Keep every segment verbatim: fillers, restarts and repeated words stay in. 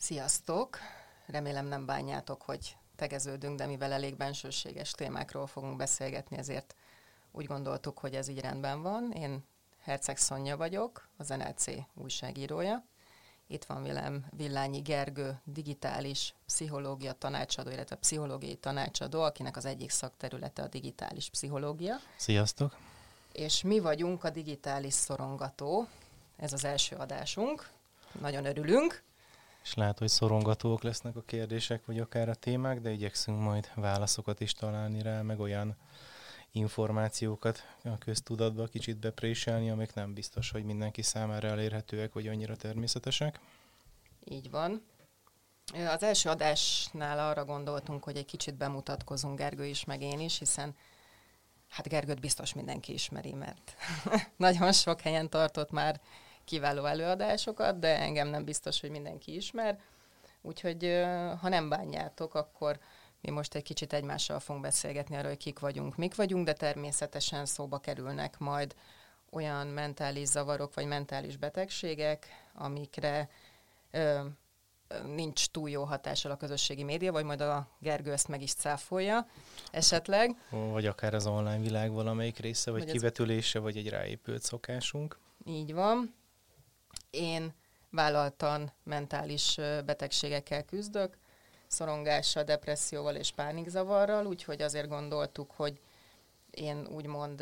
Sziasztok! Remélem nem bánjátok, hogy tegeződünk, de mivel elég bensőséges témákról fogunk beszélgetni, ezért úgy gondoltuk, hogy ez így rendben van. Én Herceg Szonya vagyok, az en el cé újságírója. Itt van velem Villányi Gergő, digitális pszichológia tanácsadó, illetve pszichológiai tanácsadó, akinek az egyik szakterülete a digitális pszichológia. Sziasztok! És mi vagyunk a digitális szorongató. Ez az első adásunk. Nagyon örülünk. És lehet, hogy szorongatóak lesznek a kérdések, vagy akár a témák, de igyekszünk majd válaszokat is találni rá, meg olyan információkat a köztudatba kicsit bepréselni, amik nem biztos, hogy mindenki számára elérhetőek, vagy annyira természetesek. Így van. Az első adásnál arra gondoltunk, hogy egy kicsit bemutatkozunk, Gergő is, meg én is, hiszen hát Gergőt biztos mindenki ismeri, mert nagyon sok helyen tartott már kiváló előadásokat, de engem nem biztos, hogy mindenki ismer. Úgyhogy ha nem bánjátok, akkor mi most egy kicsit egymással fogunk beszélgetni arról, hogy kik vagyunk, mik vagyunk, de természetesen szóba kerülnek majd olyan mentális zavarok, vagy mentális betegségek, amikre ö, nincs túl jó hatással a közösségi média, vagy majd a Gergő ezt meg is cáfolja esetleg. Vagy akár az online világ valamelyik része, vagy, vagy kivetülése, ez... vagy egy ráépült szokásunk. Így van. Én vállaltan mentális betegségekkel küzdök, szorongással, depresszióval és pánikzavarral, úgyhogy azért gondoltuk, hogy én úgymond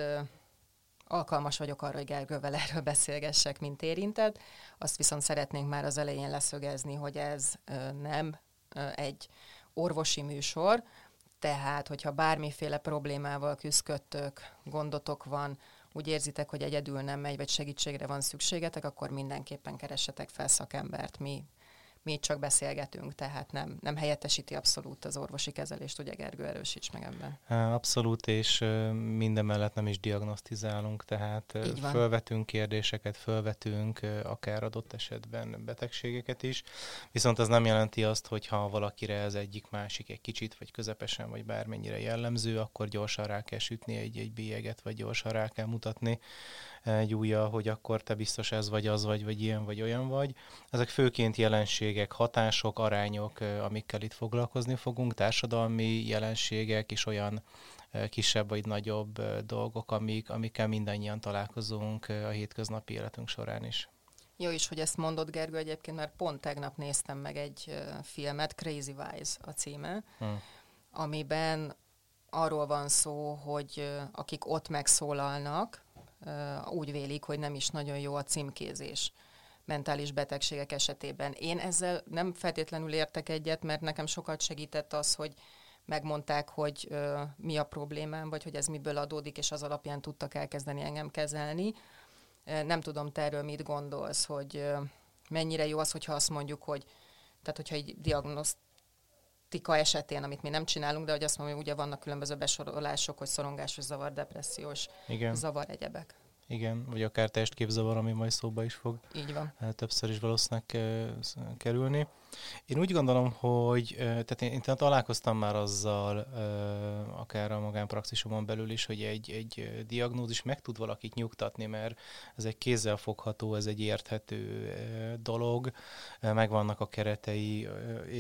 alkalmas vagyok arra, hogy Gergővel erről beszélgessek, mint érintett. Azt viszont szeretnénk már az elején leszögezni, hogy ez nem egy orvosi műsor, tehát hogyha bármiféle problémával küzdködtök, gondotok van, úgy érzitek, hogy egyedül nem megy, vagy segítségre van szükségetek, akkor mindenképpen keressetek fel szakembert. Mi, mi itt csak beszélgetünk, tehát nem, nem helyettesíti abszolút az orvosi kezelést, ugye Gergő, erősíts meg ebben. Abszolút, és minden mellett nem is diagnosztizálunk, tehát fölvetünk kérdéseket, fölvetünk akár adott esetben betegségeket is, viszont ez nem jelenti azt, hogy ha valakire ez egyik másik egy kicsit, vagy közepesen, vagy bármennyire jellemző, akkor gyorsan rá kell sütni egy, egy bélyeget, vagy gyorsan rá kell mutatni egy ujjal, hogy akkor te biztos ez vagy az vagy, vagy ilyen vagy olyan vagy. Ezek főként jelenségek, hatások, arányok, amikkel itt foglalkozni fogunk, társadalmi jelenségek és olyan kisebb vagy nagyobb dolgok, amik, amikkel mindannyian találkozunk a hétköznapi életünk során is. Jó is, hogy ezt mondod, Gergő, egyébként, mert pont tegnap néztem meg egy filmet, Crazy Wise a címe, hmm. amiben arról van szó, hogy akik ott megszólalnak, úgy vélik, hogy nem is nagyon jó a címkézés mentális betegségek esetében. Én ezzel nem feltétlenül értek egyet, mert nekem sokat segített az, hogy megmondták, hogy uh, mi a problémám, vagy hogy ez miből adódik, és az alapján tudtak elkezdeni engem kezelni. Uh, nem tudom, te erről mit gondolsz, hogy uh, mennyire jó az, hogyha azt mondjuk, hogy tehát hogyha egy diagnosztika esetén, amit mi nem csinálunk, de hogy azt mondjuk, hogy ugye vannak különböző besorolások, hogy szorongásos zavar, depressziós Igen. zavar, egyebek. Igen, vagy akár testképzavar, ami majd szóba is fog Így van. többször is valószínűleg kerülni. Én úgy gondolom, hogy tehát én, én találkoztam már azzal, akár a magánpraxisomon belül is, hogy egy, egy diagnózis meg tud valakit nyugtatni, mert ez egy kézzelfogható, ez egy érthető dolog, megvannak a keretei,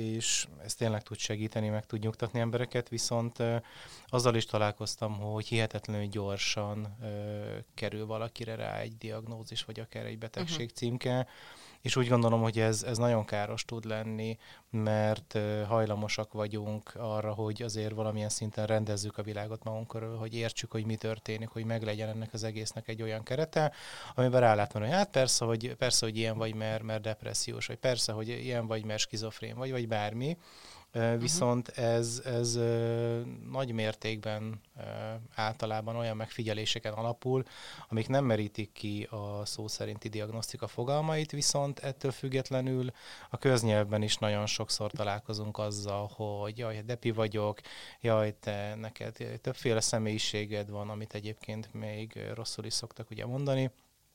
és ez tényleg tud segíteni, meg tud nyugtatni embereket, viszont azzal is találkoztam, hogy hihetetlenül gyorsan kerül valakire rá egy diagnózis, vagy akár egy betegség uh-huh. címke, és úgy gondolom, hogy ez, ez nagyon káros tud lenni, mert uh, hajlamosak vagyunk arra, hogy azért valamilyen szinten rendezzük a világot magunk körül, hogy értsük, hogy mi történik, hogy meglegyen ennek az egésznek egy olyan kerete, amiben rá lehet mondani, hogy hát persze, hogy, persze, hogy ilyen vagy, mert, mert depressziós, vagy persze, hogy ilyen vagy, mert skizofrén vagy, vagy bármi. Uh, viszont ez, ez uh, nagy mértékben uh, általában olyan megfigyeléseken alapul, amik nem merítik ki a szó szerinti diagnosztika fogalmait, viszont ettől függetlenül a köznyelvben is nagyon sokszor találkozunk azzal, hogy jaj, depi vagyok, jaj, te neked többféle személyiséged van, amit egyébként még rosszul is szoktak ugye mondani.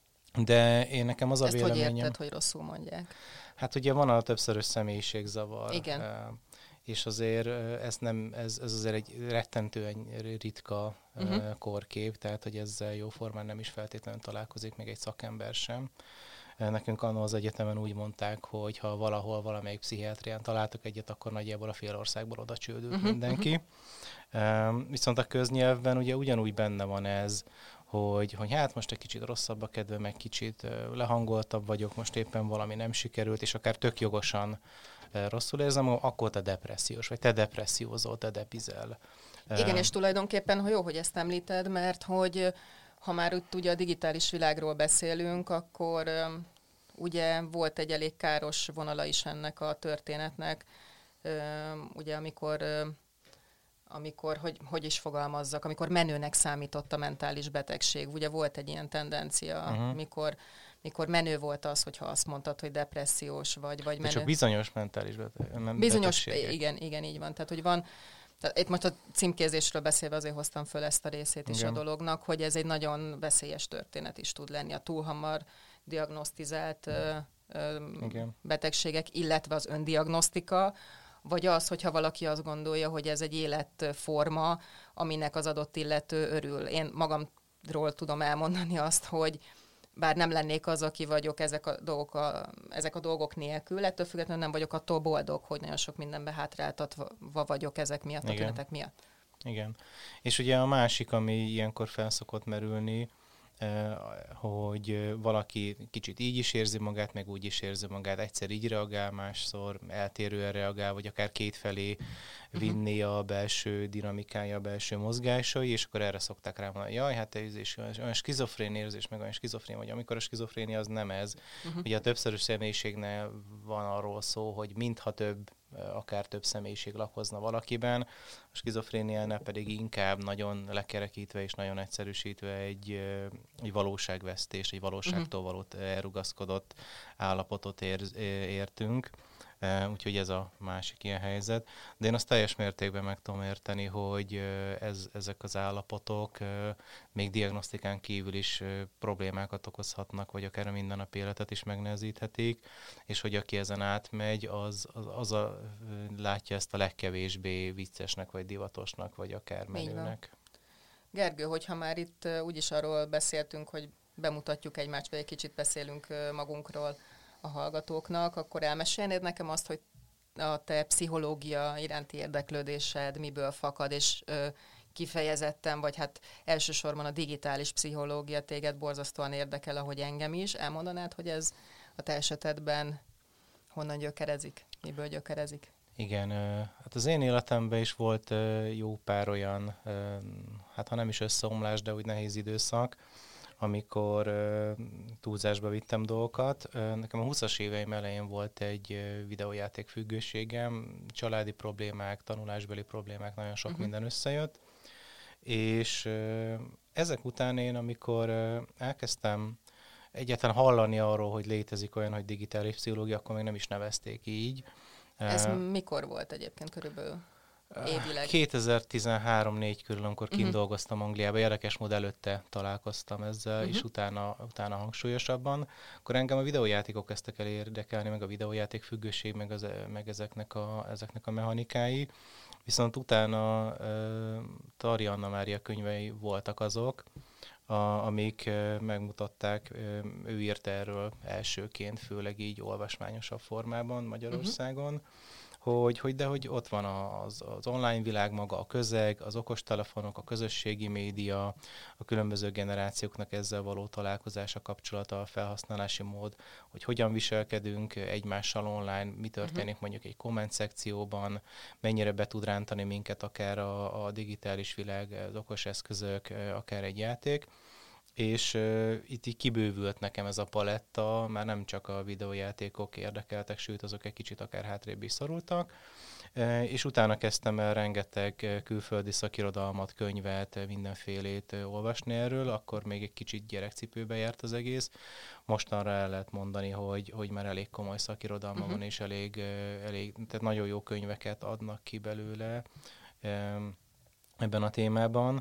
De én nekem az a Ezt véleményem... Ezt hogy érted, hogy rosszul mondják? Hát ugye van a többszörös személyiségzavar. Igen. Uh, és azért ez, nem, ez, ez azért egy rettentően ritka uh-huh. kórkép, tehát hogy ezzel jóformán nem is feltétlenül találkozik még egy szakember sem. Nekünk annól az egyetemen úgy mondták, hogy ha valahol valamelyik pszichiátrián találtak egyet, akkor nagyjából a fél országból oda csődült uh-huh, mindenki. Uh-huh. Viszont a köznyelvben ugye ugyanúgy benne van ez, hogy, hogy hát most egy kicsit rosszabb a kedve, meg kicsit lehangoltabb vagyok, most éppen valami nem sikerült, és akár tök jogosan rosszul érzem, akkor te depressziós, vagy te depressziózol, te depizel. Igen, és tulajdonképpen, ha jó, hogy ezt említed, mert hogy ha már itt ugye a digitális világról beszélünk, akkor ugye volt egy elég káros vonala is ennek a történetnek, ugye amikor, amikor hogy, hogy is fogalmazzak, amikor menőnek számított a mentális betegség. Ugye volt egy ilyen tendencia, uh-huh. mikor, mikor menő volt az, hogyha azt mondtad, hogy depressziós vagy, vagy menő. Csak bizonyos mentális betegségek. Bizonyos, igen, igen, így van. Tehát, hogy van, tehát itt most a címkézésről beszélve azért hoztam föl ezt a részét is igen. a dolognak, hogy ez egy nagyon veszélyes történet is tud lenni. A túlhamar diagnosztizált ö, ö, betegségek, illetve az öndiagnosztika, vagy az, hogyha valaki azt gondolja, hogy ez egy életforma, aminek az adott illető örül. Én magamról tudom elmondani azt, hogy bár nem lennék az, aki vagyok ezek a dolgok, a, ezek a dolgok nélkül, ettől függetlenül nem vagyok attól boldog, hogy nagyon sok mindenbe hátráltatva vagyok ezek miatt, a tünetek miatt. Igen. És ugye a másik, ami ilyenkor felszokott merülni, hogy valaki kicsit így is érzi magát, meg úgy is érzi magát, egyszer így reagál, másszor eltérően reagál, vagy akár kétfelé vinni a belső dinamikája, a belső mozgásai, és akkor erre szokták rá mondani, jaj, hát ez is olyan skizofrén érzés, meg olyan skizofrén vagy, amikor a skizofrénia az nem ez. Uh-huh. Ugye a többszörös személyiségnél van arról szó, hogy mintha több, akár több személyiség lakozna valakiben, a skizofréniánál pedig inkább nagyon lekerekítve és nagyon egyszerűsítve egy, egy valóságvesztés, egy valóságtól való elrugaszkodott állapotot ér, értünk. Úgyhogy ez a másik ilyen helyzet. De én azt teljes mértékben meg tudom érteni, hogy ez, ezek az állapotok még diagnosztikán kívül is problémákat okozhatnak, vagy akár a mindennapi életet is megnehezíthetik, és hogy aki ezen átmegy, az, az, az a, látja ezt a legkevésbé viccesnek, vagy divatosnak, vagy akár menőnek. Gergő, hogyha már itt úgyis arról beszéltünk, hogy bemutatjuk egymást, vagy egy kicsit beszélünk magunkról a hallgatóknak, akkor elmesélnéd nekem azt, hogy a te pszichológia iránti érdeklődésed miből fakad, és ö, kifejezetten, vagy hát elsősorban a digitális pszichológia téged borzasztóan érdekel, ahogy engem is. Elmondanád, hogy ez a te esetedben honnan gyökerezik, miből gyökerezik? Igen, hát az én életemben is volt jó pár olyan, hát ha nem is összeomlás, de úgy nehéz időszak, amikor uh, túlzásba vittem dolgokat. Uh, nekem a huszas éveim elején volt egy uh, videójáték függőségem, családi problémák, tanulásbeli problémák, nagyon sok uh-huh. minden összejött, és uh, ezek után én, amikor uh, elkezdtem egyáltalán hallani arról, hogy létezik olyan, hogy digitális pszichológia, akkor még nem is nevezték így. Ez uh, mikor volt egyébként körülbelül? Évileg. kétezer-tizenhárom négy körül, amikor kint uh-huh. dolgoztam Angliába, érdekes mód előtte találkoztam ezzel, uh-huh. és utána, utána hangsúlyosabban. Akkor engem a videójátékok kezdtek el érdekelni, meg a videójáték függőség, meg, az, meg ezeknek, a, ezeknek a mechanikái. Viszont utána uh, Tari Anna Mária könyvei voltak azok, a, amik uh, megmutatták, uh, ő írt erről elsőként, főleg így olvasmányosabb formában Magyarországon, uh-huh. Hogy, hogy, de hogy ott van az, az online világ maga, a közeg, az okostelefonok, a közösségi média, a különböző generációknak ezzel való találkozása, kapcsolata, a felhasználási mód, hogy hogyan viselkedünk egymással online, mi történik uh-huh. mondjuk egy komment szekcióban, mennyire be tud rántani minket akár a, a digitális világ, az okos eszközök, akár egy játék. És uh, itt így kibővült nekem ez a paletta, már nem csak a videójátékok érdekeltek, sőt azok egy kicsit akár hátrébb is szorultak, uh, és utána kezdtem el rengeteg uh, külföldi szakirodalmat, könyvet, uh, mindenfélét uh, olvasni erről, akkor még egy kicsit gyerekcipőbe járt az egész. Mostanra el lehet mondani, hogy, hogy már elég komoly szakirodalma uh-huh. van, és elég, uh, elég, tehát nagyon jó könyveket adnak ki belőle um, ebben a témában.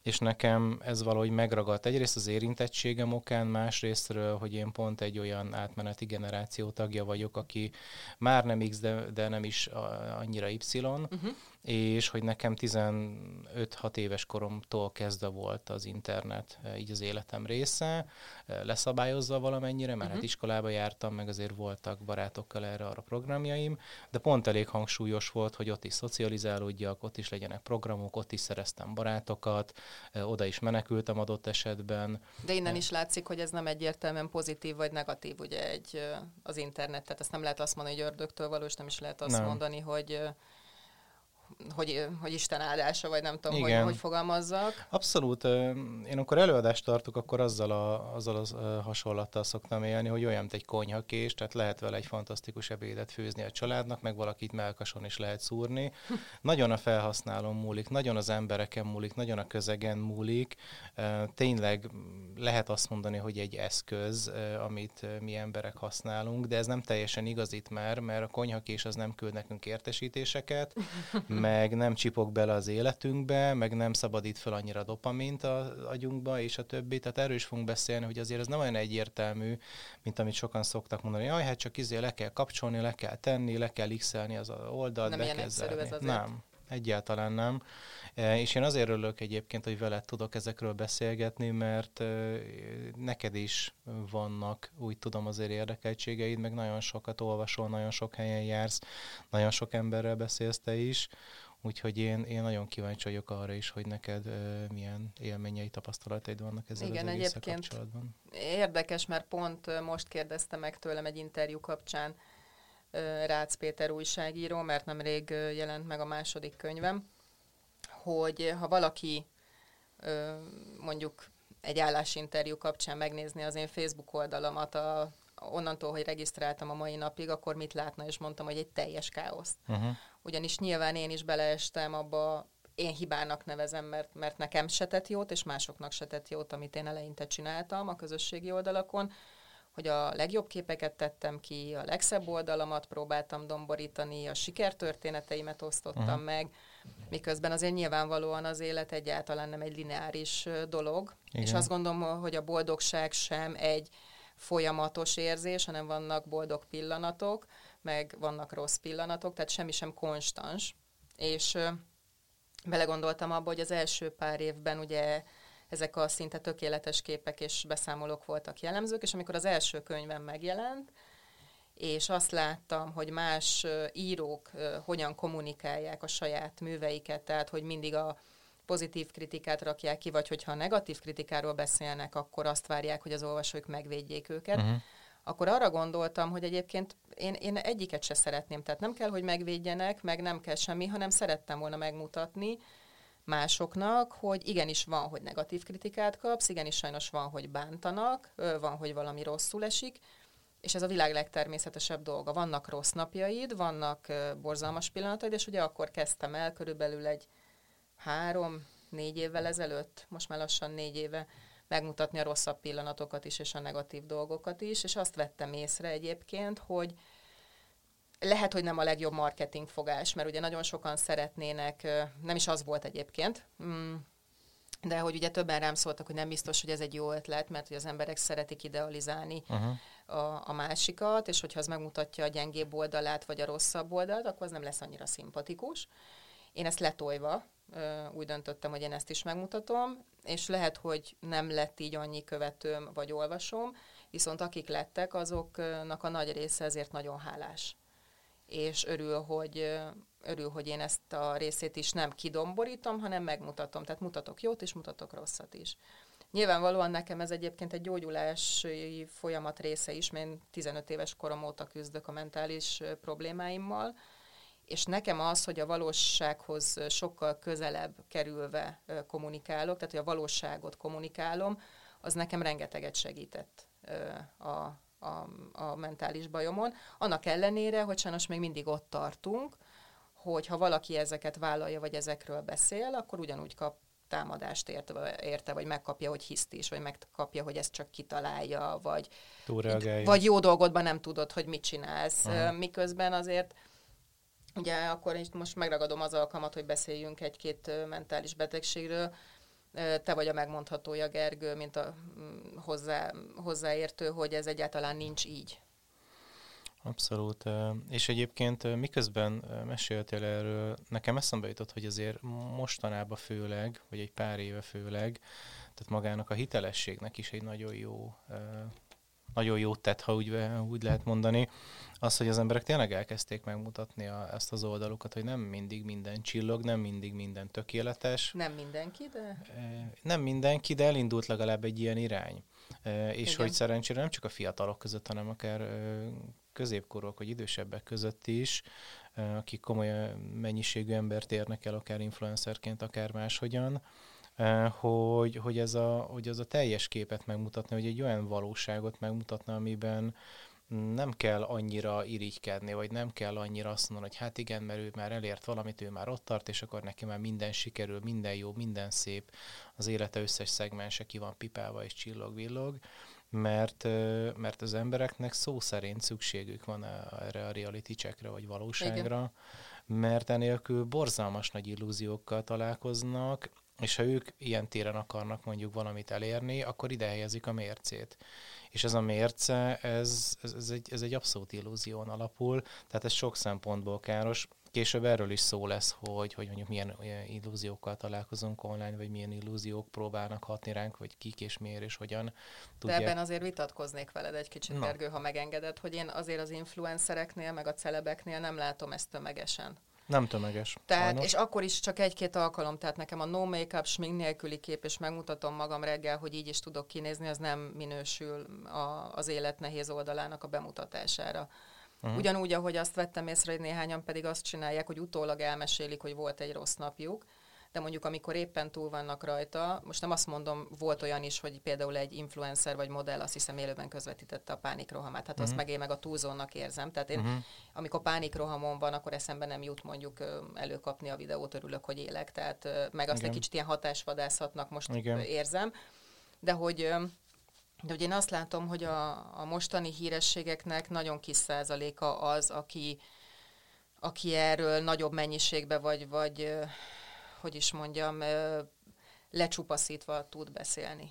és nekem ez valahogy megragadt. Egyrészt az érintettségem okán, másrésztről, hogy én pont egy olyan átmeneti generáció tagja vagyok, aki már nem X, de, de nem is annyira Y, uh-huh. és hogy nekem tizenöt-hat éves koromtól kezdve volt az internet így az életem része, leszabályozva valamennyire, mert uh-huh. hát iskolába jártam, meg azért voltak barátokkal erre arra programjaim, de pont elég hangsúlyos volt, hogy ott is szocializálódjak, ott is legyenek programok, ott is szereztem barátokat, oda is menekültem adott esetben. De innen is látszik, hogy ez nem egyértelműen pozitív vagy negatív, ugye egy, az internet, tehát ezt nem lehet azt mondani, hogy ördögtől való, és nem is lehet azt nem. mondani, hogy Hogy, hogy Isten áldása, vagy nem tudom, hogy, hogy fogalmazzak. Abszolút. Én akkor előadást tartok, akkor azzal a, azzal a hasonlattal szoktam élni, hogy olyan, mint egy konyhakés, tehát lehet vele egy fantasztikus ebédet főzni a családnak, meg valakit mellkason is lehet szúrni. Nagyon a felhasználón múlik, nagyon az embereken múlik, nagyon a közegen múlik. Tényleg lehet azt mondani, hogy egy eszköz, amit mi emberek használunk, de ez nem teljesen igaz itt már, mert a konyhakés az nem küld nekünk értesítéseket, meg nem csipog bele az életünkbe, meg nem szabadít fel annyira dopamint az agyunkba, és a többi. Tehát erről is fogunk beszélni, hogy azért ez nem olyan egyértelmű, mint amit sokan szoktak mondani, jaj, hát csak izé le kell kapcsolni, le kell tenni, le kell x-elni az oldalt, nem be ilyen kell egyszerű zárni. Ez azért. Nem, egyáltalán nem. És én azért örülök egyébként, hogy veled tudok ezekről beszélgetni, mert neked is vannak, úgy tudom, azért érdekeltségeid, meg nagyon sokat olvasol, nagyon sok helyen jársz, nagyon sok emberrel beszélsz te is, úgyhogy én, én nagyon kíváncsi vagyok arra is, hogy neked milyen élményei, tapasztalataid vannak ezzel Igen, az egésszel egyébként kapcsolatban. Érdekes, mert pont most kérdezte meg tőlem egy interjú kapcsán Rácz Péter újságíró, mert nemrég jelent meg a második könyvem, hogy ha valaki mondjuk egy állásinterjú kapcsán megnézni az én Facebook oldalamat, a, onnantól, hogy regisztráltam a mai napig, akkor mit látna, és mondtam, hogy egy teljes káosz. Uh-huh. Ugyanis nyilván én is beleestem abba, én hibának nevezem, mert, mert nekem se tett jót, és másoknak se tett jót, amit én eleinte csináltam a közösségi oldalakon, hogy a legjobb képeket tettem ki, a legszebb oldalamat próbáltam domborítani, a sikertörténeteimet osztottam uh-huh. meg, miközben azért nyilvánvalóan az élet egyáltalán nem egy lineáris dolog, igen. és azt gondolom, hogy a boldogság sem egy folyamatos érzés, hanem vannak boldog pillanatok, meg vannak rossz pillanatok, tehát semmi sem konstans, és belegondoltam abba, hogy az első pár évben ugye ezek a szinte tökéletes képek és beszámolók voltak jellemzők, és amikor az első könyvem megjelent, és azt láttam, hogy más írók hogyan kommunikálják a saját műveiket, tehát hogy mindig a pozitív kritikát rakják ki, vagy hogyha a negatív kritikáról beszélnek, akkor azt várják, hogy az olvasók megvédjék őket, uh-huh. akkor arra gondoltam, hogy egyébként én, én egyiket se szeretném, tehát nem kell, hogy megvédjenek, meg nem kell semmi, hanem szerettem volna megmutatni másoknak, hogy igenis van, hogy negatív kritikát kapsz, igenis sajnos van, hogy bántanak, van, hogy valami rosszul esik, és ez a világ legtermészetesebb dolga. Vannak rossz napjaid, vannak borzalmas pillanataid, és ugye akkor kezdtem el körülbelül egy három, négy évvel ezelőtt, most már lassan négy éve megmutatni a rosszabb pillanatokat is, és a negatív dolgokat is, és azt vettem észre egyébként, hogy lehet, hogy nem a legjobb marketingfogás, mert ugye nagyon sokan szeretnének, nem is az volt egyébként, de hogy ugye többen rám szóltak, hogy nem biztos, hogy ez egy jó ötlet, mert hogy az emberek szeretik idealizálni uh-huh. a, a másikat, és hogyha az megmutatja a gyengébb oldalát, vagy a rosszabb oldalt, akkor az nem lesz annyira szimpatikus. Én ezt letolva úgy döntöttem, hogy én ezt is megmutatom, és lehet, hogy nem lett így annyi követőm, vagy olvasom, viszont akik lettek, azoknak a nagy része ezért nagyon hálás. És örül, hogy, örül, hogy én ezt a részét is nem kidomborítom, hanem megmutatom. Tehát mutatok jót és mutatok rosszat is. Nyilvánvalóan nekem ez egyébként egy gyógyulási folyamat része is, mert én tizenöt éves korom óta küzdök a mentális problémáimmal, és nekem az, hogy a valósághoz sokkal közelebb kerülve kommunikálok, tehát hogy a valóságot kommunikálom, az nekem rengeteget segített a A, a mentális bajomon. Annak ellenére, hogy sajnos még mindig ott tartunk, hogy ha valaki ezeket vállalja, vagy ezekről beszél, akkor ugyanúgy kap támadást érte, érte vagy megkapja, hogy hiszt is, vagy megkapja, hogy ezt csak kitalálja, vagy, vagy jó dolgodban nem tudod, hogy mit csinálsz. Uh-huh. Miközben azért, ugye akkor most megragadom az alkalmat, hogy beszéljünk egy-két mentális betegségről. te vagy a megmondhatója, Gergő, mint a hozzá, hozzáértő, hogy ez egyáltalán nincs így. Abszolút. És egyébként miközben meséltél erről, nekem eszembe jutott, hogy azért mostanában főleg, vagy egy pár éve főleg, tehát magának a hitelességnek is egy nagyon jó, nagyon jót tett, ha úgy, úgy lehet mondani, az, hogy az emberek tényleg elkezdték megmutatni a, ezt az oldalukat, hogy nem mindig minden csillog, nem mindig minden tökéletes. Nem mindenki, de... Nem mindenki, de elindult legalább egy ilyen irány. És Igen. hogy szerencsére nem csak a fiatalok között, hanem akár középkorúak vagy idősebbek között is, akik komoly mennyiségű embert érnek el, akár influencerként, akár máshogyan, hogy, hogy, ez a, hogy ez a teljes képet megmutatni, hogy egy olyan valóságot megmutatna, amiben nem kell annyira irigykedni, vagy nem kell annyira azt mondani, hogy hát igen, mert ő már elért valamit, ő már ott tart, és akkor neki már minden sikerül, minden jó, minden szép, az élete összes szegmense ki van pipálva és csillog-villog, mert, mert az embereknek szó szerint szükségük van erre a reality checkre, vagy valóságra, igen. Mert enélkül borzalmas nagy illúziókkal találkoznak, és ha ők ilyen téren akarnak mondjuk valamit elérni, akkor ide helyezik a mércét. És ez a mérce, ez, ez, ez, egy, ez egy abszolút illúzión alapul, tehát ez sok szempontból káros. Később erről is szó lesz, hogy, hogy mondjuk milyen illúziókkal találkozunk online, vagy milyen illúziók próbálnak hatni ránk, vagy kik és miért és hogyan tudják. De ebben azért vitatkoznék veled egy kicsit, Gergő, ha megengeded, hogy én azért az influencereknél, meg a celebeknél nem látom ezt tömegesen. Nem tömeges. Tehát, és akkor is csak egy-két alkalom, tehát nekem a no make-up, smink nélküli kép, és megmutatom magam reggel, hogy így is tudok kinézni, az nem minősül a, az élet nehéz oldalának a bemutatására. Uh-huh. Ugyanúgy, ahogy azt vettem észre, hogy néhányan pedig azt csinálják, hogy utólag elmesélik, hogy volt egy rossz napjuk, de mondjuk amikor éppen túl vannak rajta, most nem azt mondom, volt olyan is, hogy például egy influencer vagy modell, azt hiszem élőben közvetítette a pánikrohamát, hát uh-huh. azt meg én meg a túlzónak érzem, tehát én, uh-huh. amikor pánikrohamon van, akkor eszembe nem jut mondjuk előkapni a videót, örülök, hogy élek, tehát meg azt Igen. egy kicsit ilyen hatásvadászatnak most Igen. érzem, de hogy... De hogy én azt látom, hogy a, a mostani hírességeknek nagyon kis százaléka az, aki, aki erről nagyobb mennyiségbe, vagy, vagy hogy is mondjam, lecsupaszítva tud beszélni.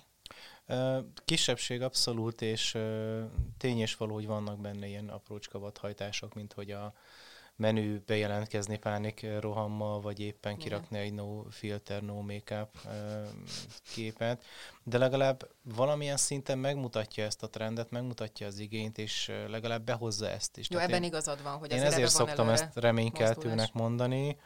Kisebbség abszolút, és tény és való, hogy vannak benne ilyen aprócska vadhajtások, mint hogy a menü bejelentkezni pánik rohammal, vagy éppen kirakni egy no filter, no make-up képet, de legalább valamilyen szinten megmutatja ezt a trendet, megmutatja az igényt, és legalább behozza ezt is. Jó, Tehát ebben én, igazad van, hogy én azért ezért van szoktam ezt reménykeltőnek mondani,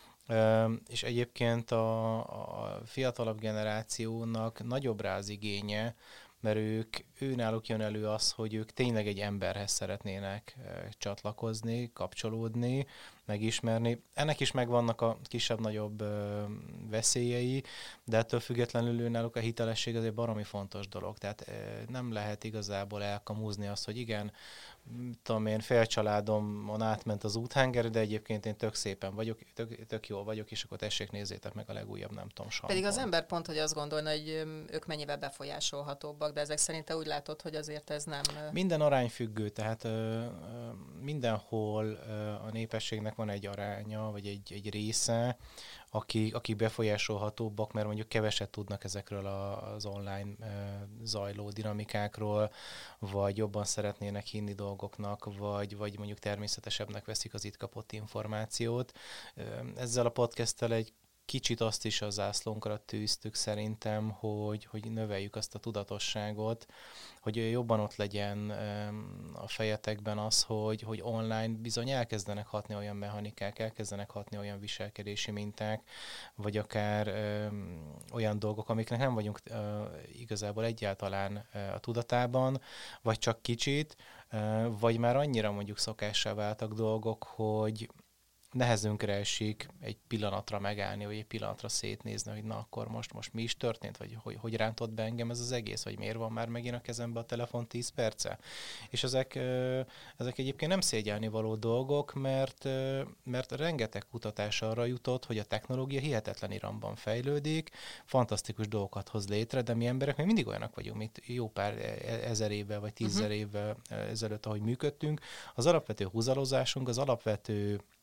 és egyébként a, a fiatalabb generációnak nagyobb rá az igénye, mert ők, ő náluk jön elő az, hogy ők tényleg egy emberhez szeretnének csatlakozni, kapcsolódni, megismerni. Ennek is megvannak a kisebb-nagyobb veszélyei, de ettől függetlenül ő náluk a hitelesség azért baromi fontos dolog. Tehát nem lehet igazából elkamúzni azt, hogy igen, tudom én, fél családomon átment az úthenger, de egyébként én tök szépen vagyok, tök, tök jól vagyok, és akkor tessék, nézzétek meg a legújabb, nem tudom, sampont. Pedig az ember pont, hogy azt gondolna, hogy ők mennyivel befolyásolhatóbbak, de ezek szerint te úgy látod, hogy azért ez nem... Minden arányfüggő, tehát ö, ö, mindenhol ö, a népességnek van egy aránya, vagy egy, egy része, akik, akik befolyásolhatóbbak, mert mondjuk keveset tudnak ezekről a, az online ö, zajló dinamikákról, vagy jobban szeretnének hinni dolgoknak, vagy, vagy mondjuk természetesebbnek veszik az itt kapott információt. Ezzel a podcasttel egy kicsit azt is a zászlónkra tűztük szerintem, hogy, hogy növeljük azt a tudatosságot, hogy jobban ott legyen a fejetekben az, hogy, hogy online bizony elkezdenek hatni olyan mechanikák, elkezdenek hatni olyan viselkedési minták, vagy akár ö, olyan dolgok, amiknek nem vagyunk ö, igazából egyáltalán ö, a tudatában, vagy csak kicsit, ö, vagy már annyira mondjuk szokássá váltak dolgok, hogy nehezünkre esik egy pillanatra megállni, vagy egy pillanatra szétnézni, hogy na akkor most, most mi is történt, vagy hogy, hogy rántott be engem ez az egész, vagy miért van már megint a kezembe a telefon tíz perce. És ezek, ezek egyébként nem szégyelni való dolgok, mert, mert rengeteg kutatás arra jutott, hogy a technológia hihetetlen iramban fejlődik, fantasztikus dolgokat hoz létre, de mi emberek még mindig olyanak vagyunk, mint jó pár ezer évvel, vagy tízezer uh-huh. évvel ezelőtt, ahogy működtünk. Az alapvető húzalozásunk, az alapvető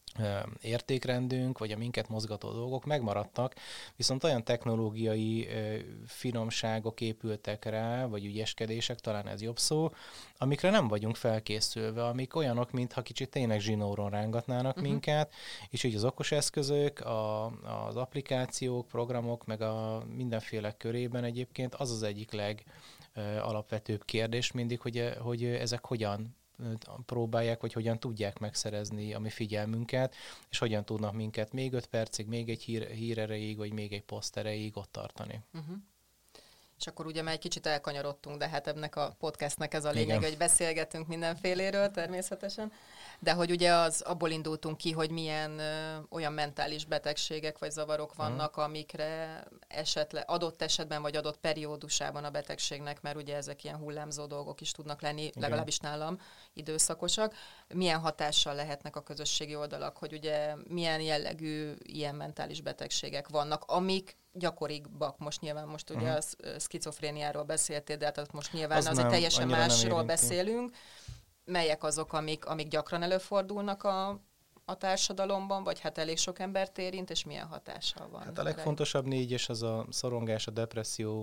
értékrendünk, vagy a minket mozgató dolgok megmaradtak, viszont olyan technológiai finomságok épültek rá, vagy ügyeskedések, talán ez jobb szó, amikre nem vagyunk felkészülve, amik olyanok, mintha kicsit tényleg zsinóron rángatnának uh-huh. minket, és így az okos eszközök, a, az applikációk, programok, meg a mindenféle körében egyébként az az egyik legalapvetőbb kérdés mindig, hogy, hogy ezek hogyan próbálják, vagy hogyan tudják megszerezni a mi figyelmünket, és hogyan tudnak minket még öt percig, még egy hír, hír erejéig, vagy még egy poszt erejéig ott tartani. Uh-huh. És akkor ugye már egy kicsit elkanyarodtunk, de hát ennek a podcastnek ez a lényeg, igen, hogy beszélgetünk mindenféléről természetesen, de hogy ugye az abból indultunk ki, hogy milyen ö, olyan mentális betegségek vagy zavarok vannak, uh-huh. amikre esetleg adott esetben vagy adott periódusában a betegségnek, mert ugye ezek ilyen hullámzó dolgok is tudnak lenni, igen, legalábbis nálam időszakosak. Milyen hatással lehetnek a közösségi oldalak, hogy ugye milyen jellegű ilyen mentális betegségek vannak, amik gyakoribbak. Most nyilván most ugye uh-huh. a szkizofréniáról beszéltél, de hát most nyilván az azért nem, teljesen másról beszélünk. Melyek azok, amik, amik gyakran előfordulnak a, a társadalomban, vagy hát elég sok embert érint, és milyen hatással van? Hát a legfontosabb négyes az a szorongás, a depresszió,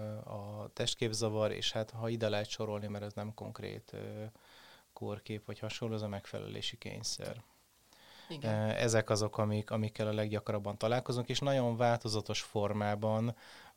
a testképzavar, és hát ha ide lehet sorolni, mert ez nem konkrét kórkép vagy hasonló, az a megfelelési kényszer. Igen. Ezek azok, amik, amikkel a leggyakrabban találkozunk, és nagyon változatos formában,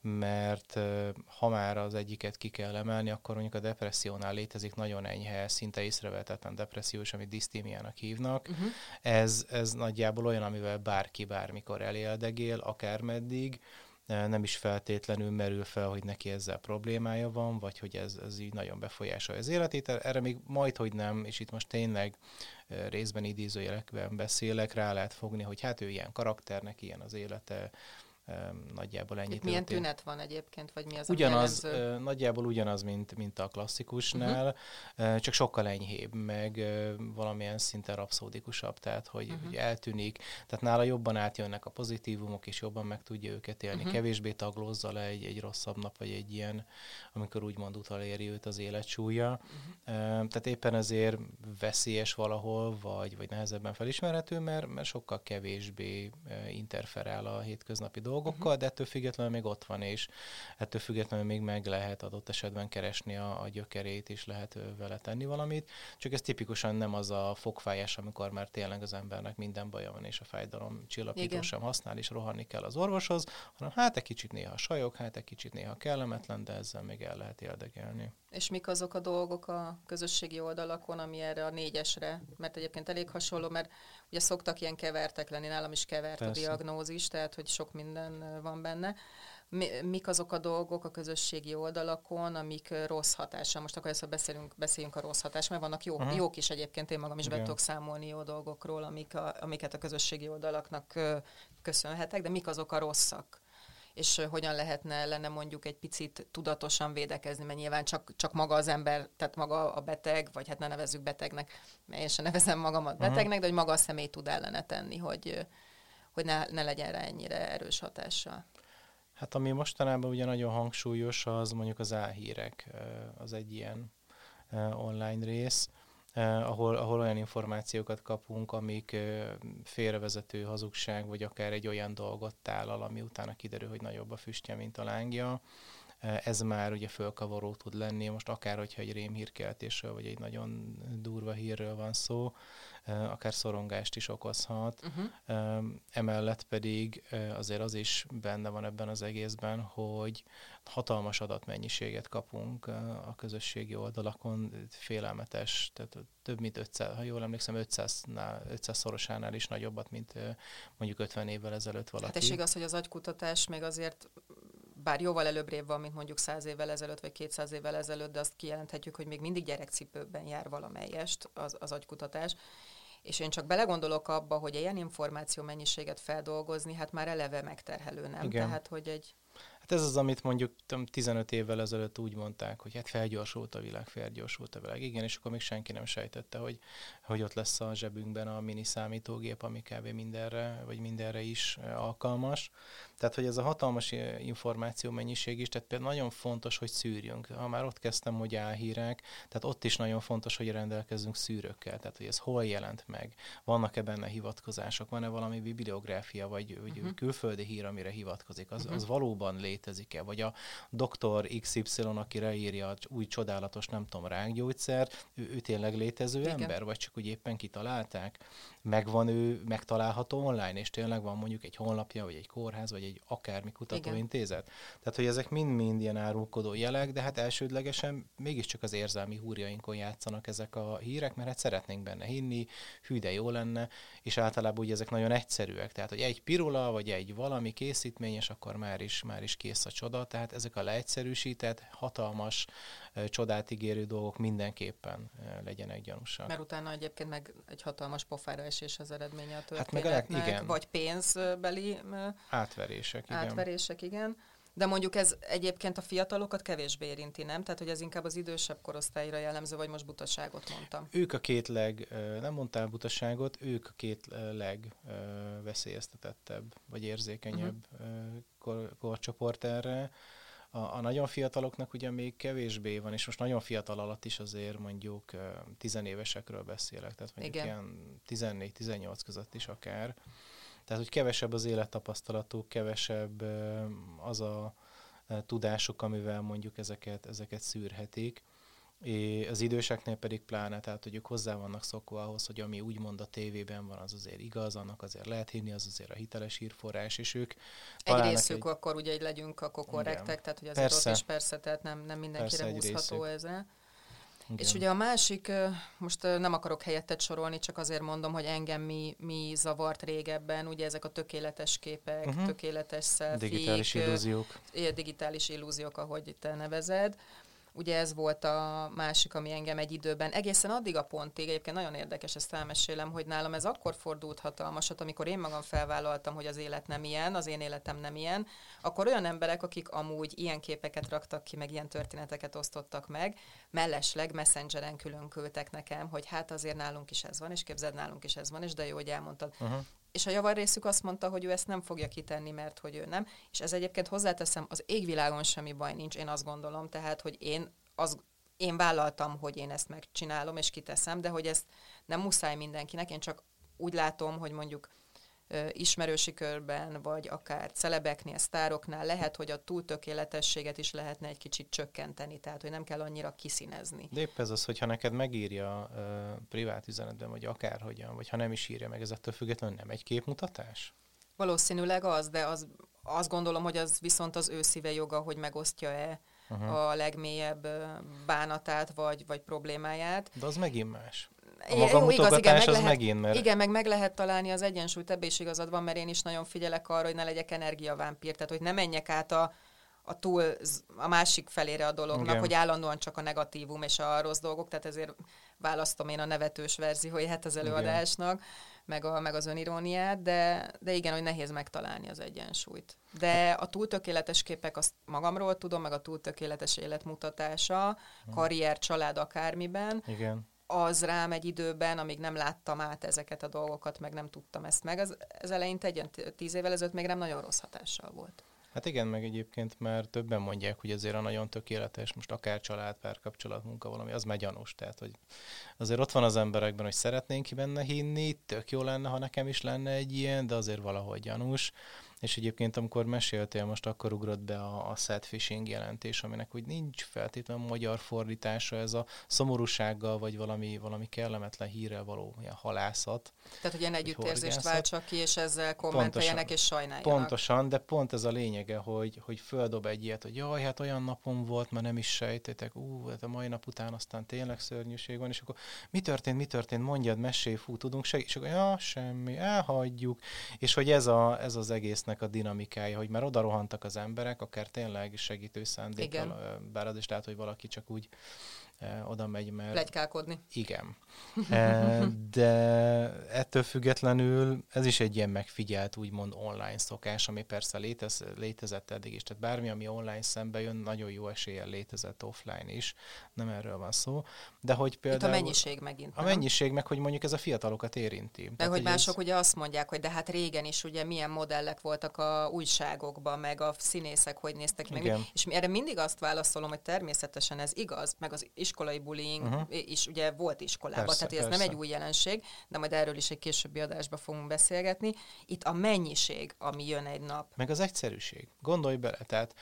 mert ha már az egyiket ki kell emelni, akkor mondjuk a depressziónál létezik nagyon enyhe, szinte észrevehetetlen depresszió, és amit disztímiának hívnak. Uh-huh. Ez, ez nagyjából olyan, amivel bárki bármikor eléldegél, akármeddig, nem is feltétlenül merül fel, hogy neki ezzel problémája van, vagy hogy ez, ez így nagyon befolyásolja az életét. Erre még majd, hogy nem, és itt most tényleg részben idézőjelekben beszélek, rá lehet fogni, hogy hát ő ilyen karakternek, ilyen az élete, nagyjából ennyi történt. Milyen tünet van egyébként, vagy mi az, ugyanaz, uh, nagyjából ugyanaz, mint, mint a klasszikusnál, uh-huh. csak sokkal enyhébb, meg uh, valamilyen szinten rapszódikusabb, tehát hogy, uh-huh. hogy eltűnik. Tehát nála jobban átjönnek a pozitívumok, és jobban meg tudja őket élni. Uh-huh. Kevésbé taglózza le egy, egy rosszabb nap, vagy egy ilyen, amikor úgymond utaléri őt az életsúlya. Uh-huh. Uh, tehát éppen ezért veszélyes valahol, vagy, vagy nehezebben felismerhető, mert, mert sokkal kevésbé uh, interferál a hétköznapi dolgokkal, dolgokkal, de ettől függetlenül még ott van, és ettől függetlenül még meg lehet adott esetben keresni a, a gyökerét, és lehet vele tenni valamit. Csak ez tipikusan nem az a fogfájás, amikor már tényleg az embernek minden baja van, és a fájdalom csillapító sem használ, és rohanni kell az orvoshoz, hanem hát egy kicsit néha sajog, hát egy kicsit néha kellemetlen, de ezzel még el lehet érdekelni. És mik azok a dolgok a közösségi oldalakon, ami erre a négyesre, mert egyébként elég hasonló, mert ugye szoktak ilyen kevertek lenni, nálam is kevert Persze. a diagnózis, tehát hogy sok minden van benne. Mi, mik azok a dolgok a közösségi oldalakon, amik rossz hatással? Most akkor ezt beszélünk, beszéljünk a rossz hatás, mert vannak jó, uh-huh. jók is egyébként, én magam is be tudok számolni jó dolgokról, amik a, amiket a közösségi oldalaknak köszönhetek, de mik azok a rosszak? És hogyan lehetne ellene mondjuk egy picit tudatosan védekezni, mert nyilván csak, csak maga az ember, tehát maga a beteg, vagy hát ne nevezzük betegnek, mert én sem nevezem magamat betegnek, uh-huh. de hogy maga a személy tud ellene tenni, hogy, hogy ne, ne legyen rá ennyire erős hatással. Hát ami mostanában ugye nagyon hangsúlyos, az mondjuk az álhírek, az egy ilyen online rész, ahol, ahol olyan információkat kapunk, amik félrevezető hazugság, vagy akár egy olyan dolgot tálal, ami utána kiderül, hogy nagyobb a füstje, mint a lángja. Ez már ugye fölkavaró tud lenni, most akár, hogyha egy rémhírkeltésről, vagy egy nagyon durva hírről van szó, akár szorongást is okozhat. Uh-huh. Emellett pedig azért az is benne van ebben az egészben, hogy hatalmas adatmennyiséget kapunk a közösségi oldalakon, félelmetes, tehát több mint ötszáz, ha jól emlékszem, ötszáznál, ötszázszorosánál is nagyobbat, mint mondjuk ötven évvel ezelőtt valaki. Hát és igaz, hogy az agykutatás még azért bár jóval előbbrébb van, mint mondjuk száz évvel ezelőtt, vagy kétszáz évvel ezelőtt, de azt kijelenthetjük, hogy még mindig gyerekcipőben jár valamelyest az, az agykutatás. És én csak belegondolok abba, hogy ilyen információ mennyiséget feldolgozni, hát már eleve megterhelő, nem? Igen. Tehát, hogy egy... Hát ez az, amit mondjuk tizenöt évvel ezelőtt úgy mondták, hogy hát felgyorsult a világ, felgyorsult a világ. Igen, és akkor még senki nem sejtette, hogy, hogy ott lesz a zsebünkben a mini számítógép, ami kb. mindenre, vagy mindenre is alkalmas. Tehát, hogy ez a hatalmas információ mennyiség is, tehát például nagyon fontos, hogy szűrjünk. Ha már ott kezdtem, hogy álhírek, tehát ott is nagyon fontos, hogy rendelkezzünk szűrőkkel. Tehát, hogy ez hol jelent meg, vannak-e benne hivatkozások, van-e valami bibliográfia, vagy, vagy uh-huh. külföldi hír, amire hivatkozik, az, uh-huh. az valóban létezik-e, vagy a doktor iksz ipszilon, aki leírja új csodálatos, nem tudom, rákgyógyszert, ő, ő tényleg létező igen. ember, vagy csak úgy éppen kitalálták? Megvan ő, megtalálható online, és tényleg van mondjuk egy honlapja, vagy egy kórház, vagy egy akármi kutatóintézet. Tehát, hogy ezek mind-mind ilyen árulkodó jelek, de hát elsődlegesen mégiscsak az érzelmi húrjainkon játszanak ezek a hírek, mert hát szeretnénk benne hinni, hű, de jó lenne, és általában ugye ezek nagyon egyszerűek. Tehát, hogy egy pirula, vagy egy valami készítmény, és akkor már is, már is kész a csoda. Tehát ezek a leegyszerűsített, hatalmas, csodát ígérő dolgok mindenképpen legyenek gyanúsak. Mert utána egyébként meg egy hatalmas pofára esés az eredménye a történetnek, hát meg, igen. vagy pénzbeli átverések, igen. átverések, igen. De mondjuk ez egyébként a fiatalokat kevésbé érinti, nem? Tehát, hogy ez inkább az idősebb korosztályra jellemző, vagy most butaságot mondtam. Ők a két leg, nem mondtál butaságot, ők a két legveszélyeztetettebb, vagy érzékenyebb uh-huh. kor, korcsoport erre. A, a nagyon fiataloknak ugye még kevésbé van, és most nagyon fiatal alatt is azért mondjuk tizenévesekről beszélek, tehát mondjuk igen. ilyen tizennégy-tizennyolc között is akár. Tehát, hogy kevesebb az élettapasztalatuk, kevesebb az a tudásuk, amivel mondjuk ezeket, ezeket szűrhetik. És az időseknél pedig pláne, tehát hogy ők hozzá vannak szokva ahhoz, hogy ami úgymond a tévében van, az azért igaz, annak azért lehet hinni, az azért a hiteles hírforrás, és ők egy részük egy... akkor ugye, hogy legyünk akkor korrektek, tehát hogy azért persze. ott is persze, tehát nem, nem mindenkire persze, húzható ezzel. Igen. És ugye a másik, most nem akarok helyettet sorolni, csak azért mondom, hogy engem mi, mi zavart régebben, ugye ezek a tökéletes képek, uh-huh. tökéletes selfie-k. Digitális illúziók. Digitális illúziók, ahogy te nevezed. Ugye ez volt a másik, ami engem egy időben, egészen addig a pontig, egyébként nagyon érdekes, ezt elmesélem, hogy nálam ez akkor fordult hatalmasat, amikor én magam felvállaltam, hogy az élet nem ilyen, az én életem nem ilyen, akkor olyan emberek, akik amúgy ilyen képeket raktak ki, meg ilyen történeteket osztottak meg, mellesleg messengeren külön küldtek nekem, hogy hát azért nálunk is ez van, és képzeld, nálunk is ez van, és de jó, hogy elmondtad. Uh-huh. És a javarészük azt mondta, hogy ő ezt nem fogja kitenni, mert hogy ő nem. És ez egyébként hozzáteszem, az égvilágon semmi baj nincs, én azt gondolom, tehát, hogy én, az, én vállaltam, hogy én ezt megcsinálom, és kiteszem, de hogy ezt nem muszáj mindenkinek, én csak úgy látom, hogy mondjuk ö, ismerősi körben, vagy akár celebeknél, sztároknál lehet, hogy a túltökéletességet is lehetne egy kicsit csökkenteni, tehát, hogy nem kell annyira kiszínezni. De épp ez az, hogyha neked megírja uh, privát üzenetben, vagy akárhogyan, vagy ha nem is írja meg, ez ettől függetlenül nem egy képmutatás? Valószínűleg az, de az, azt gondolom, hogy az viszont az ő szíve joga, hogy megosztja-e uh-huh. a legmélyebb bánatát, vagy, vagy problémáját. De az megint más. A maga jó, igaz, igen, meg az lehet, megint, mert... igen, meg meg lehet találni az egyensúlyt, ebbe is igazad van, mert én is nagyon figyelek arra, hogy ne legyek energiavámpír, tehát hogy ne menjek át a, a túl, a másik felére a dolognak, igen. hogy állandóan csak a negatívum és a rossz dolgok, tehát ezért választom én a nevetős verzióját az előadásnak, meg, a, meg az öniróniát, de, de igen, hogy nehéz megtalálni az egyensúlyt. De a túl tökéletes képek, azt magamról tudom, meg a túl tökéletes életmutatása, karrier, család, akármiben, igen. az rám egy időben, amíg nem láttam át ezeket a dolgokat, meg nem tudtam ezt meg, az, az eleinte egy ilyen tíz évvel ezelőtt még nem nagyon rossz hatással volt. Hát igen, meg egyébként már többen mondják, hogy azért a nagyon tökéletes, most akár család, párkapcsolat, munka valami, az már gyanús. Tehát, hogy azért ott van az emberekben, hogy szeretnénk ki benne hinni, tök jó lenne, ha nekem is lenne egy ilyen, de azért valahogy gyanús. És egyébként, amikor meséltél, most akkor ugrott be a, a sad phishing jelentés, aminek úgy nincs feltétlenül magyar fordítása, ez a szomorúsággal, vagy valami, valami kellemetlen hírrel való ilyen halászat. Tehát, hogy ilyen együttérzést váltsak ki, és ezzel kommenteljenek és sajnáljanak. Pontosan, de pont ez a lényege, hogy, hogy földob egy ilyet, hogy jaj, hát olyan napom volt, már nem is sejtétek, ú, hát a mai nap után aztán tényleg szörnyűség van, és akkor mi történt, mi történt, mondjad, mesélj, fú, tudunk segíteni, és akkor ja, semmi, elhagyjuk, és hogy ez, a, ez az egésznek a dinamikája, hogy már oda rohantak az emberek, akár tényleg segítő szándékkal, bár az is lehet, hogy valaki csak úgy oda megy, mert... Pletykálkodni. Igen. De ettől függetlenül ez is egy ilyen megfigyelt, úgymond online szokás, ami persze létez, létezett eddig is. Tehát bármi, ami online szembe jön, nagyon jó eséllyel létezett offline is. Nem erről van szó. De hogy például... Itt a mennyiség megint. A nem? mennyiség meg, hogy mondjuk ez a fiatalokat érinti. De Tehát, hogy mások ez... ugye azt mondják, hogy de hát régen is ugye milyen modellek voltak a újságokban, meg a színészek hogy néztek ki, meg, és erre mindig azt válaszolom, hogy természetesen ez igaz, meg az iskolai bullying uh-huh. is ugye volt iskolában, persze, tehát ez persze. nem egy új jelenség, de majd erről is egy későbbi adásban fogunk beszélgetni. Itt a mennyiség, ami jön egy nap. Meg az egyszerűség. Gondolj bele, tehát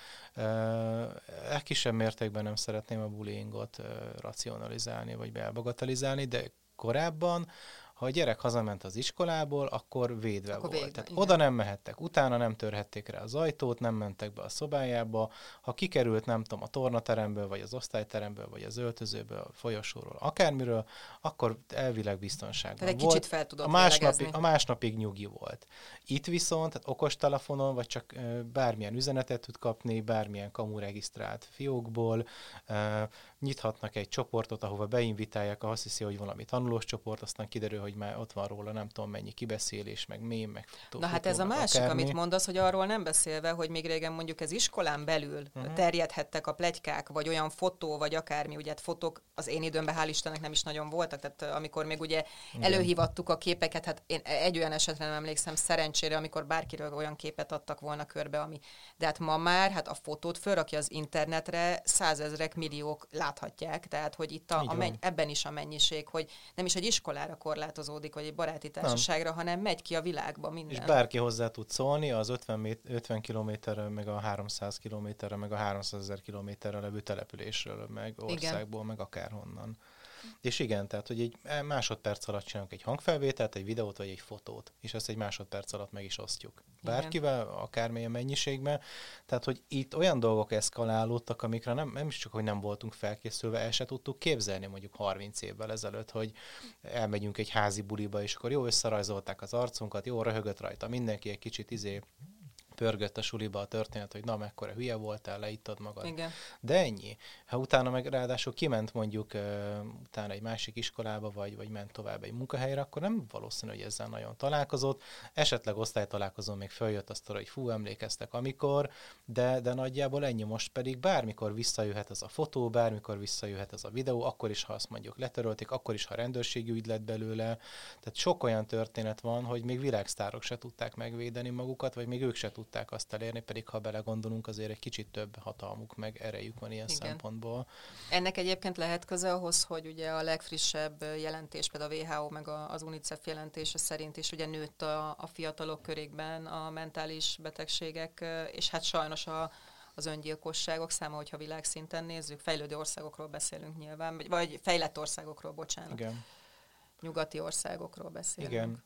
uh, kisebb mértékben nem szeretném a bullyingot uh, racionalizálni, vagy belbagatelizálni, de korábban, ha a gyerek hazament az iskolából, akkor védve akkor volt. Tehát oda nem mehettek, utána nem törhették rá az ajtót, nem mentek be a szobájába. Ha kikerült, nem tudom, a tornateremből, vagy az osztályteremből, vagy az öltözőből, a folyosóról, akármiről, akkor elvileg biztonságban tehát egy volt. kicsit fel tudott a másnapig, a másnapig nyugi volt. Itt viszont, tehát okostelefonon, vagy csak e, bármilyen üzenetet tud kapni, bármilyen kamuregisztrált fiókból, e, nyithatnak egy csoportot, ahova beinvitálják, azt hiszi, hogy valami tanulós csoport, aztán kiderül, hogy már ott van róla nem tudom mennyi kibeszélés, meg mém, meg futó, Na hát ez a másik, akármi. Amit mondasz, hogy arról nem beszélve, hogy még régen mondjuk ez iskolán belül uh-huh. terjedhettek a pletykák, vagy olyan fotó, vagy akármi, ugye fotók az én időmben hál' Istennek nem is nagyon voltak, tehát amikor még ugye igen. előhívattuk a képeket, hát én egy olyan esetre nem emlékszem szerencsére, amikor bárkiről olyan képet adtak volna körbe, ami, de hát ma már hát a fotót fölrakja az internetre, százezrek, milliók láthatják, tehát hogy itt a, a menny, ebben is a mennyiség, hogy nem is egy iskolára korlátozódik, vagy egy baráti társaságra, nem. hanem megy ki a világba minden. És bárki hozzá tud szólni az ötven kilométerre, meg a háromszáz kilométerre, meg a háromszázezer kilométerre levő településről, meg országból, igen. meg akárhonnan. És igen, tehát, hogy egy másodperc alatt csinálunk egy hangfelvételt, egy videót, vagy egy fotót, és ezt egy másodperc alatt meg is osztjuk. Bárkivel, akármilyen mennyiségben. Tehát, hogy itt olyan dolgok eszkalálódtak, amikre nem, nem is csak, hogy nem voltunk felkészülve, el se tudtuk képzelni mondjuk harminc évvel ezelőtt, hogy elmegyünk egy házi buliba, és akkor jó összerajzolták az arcunkat, jó röhögött rajta mindenki, egy kicsit izé pörgött a suliba a történet, hogy na, mekkora hülye voltál, leittad magad. Igen. De ennyi. Ha utána meg ráadásul kiment mondjuk uh, utána egy másik iskolába, vagy, vagy ment tovább egy munkahelyre, akkor nem valószínű, hogy ezzel nagyon találkozott. Esetleg osztálytalálkozón még följött azt, hogy fú, emlékeztek amikor, de, de nagyjából ennyi. Most pedig bármikor visszajöhet ez a fotó, bármikor visszajöhet ez a videó, akkor is, ha azt mondjuk letörölték, akkor is, ha rendőrségi ügy lett belőle. Tehát sok olyan történet van, hogy még világsztárok se tudták megvédeni magukat, vagy még ők se tudták azt elérni, pedig ha belegondolunk, azért egy kicsit több hatalmuk, meg erejük van ilyen igen. szempontból. Ennek egyébként lehet köze ahhoz, hogy ugye a legfrissebb jelentés, például a dupla vé há ó meg az UNICEF jelentése szerint is ugye nőtt a, a fiatalok körében a mentális betegségek, és hát sajnos a, az öngyilkosságok száma, hogyha világszinten nézzük, fejlődő országokról beszélünk nyilván, vagy, vagy fejlett országokról, bocsánat. Igen. Nyugati országokról beszélünk. Igen.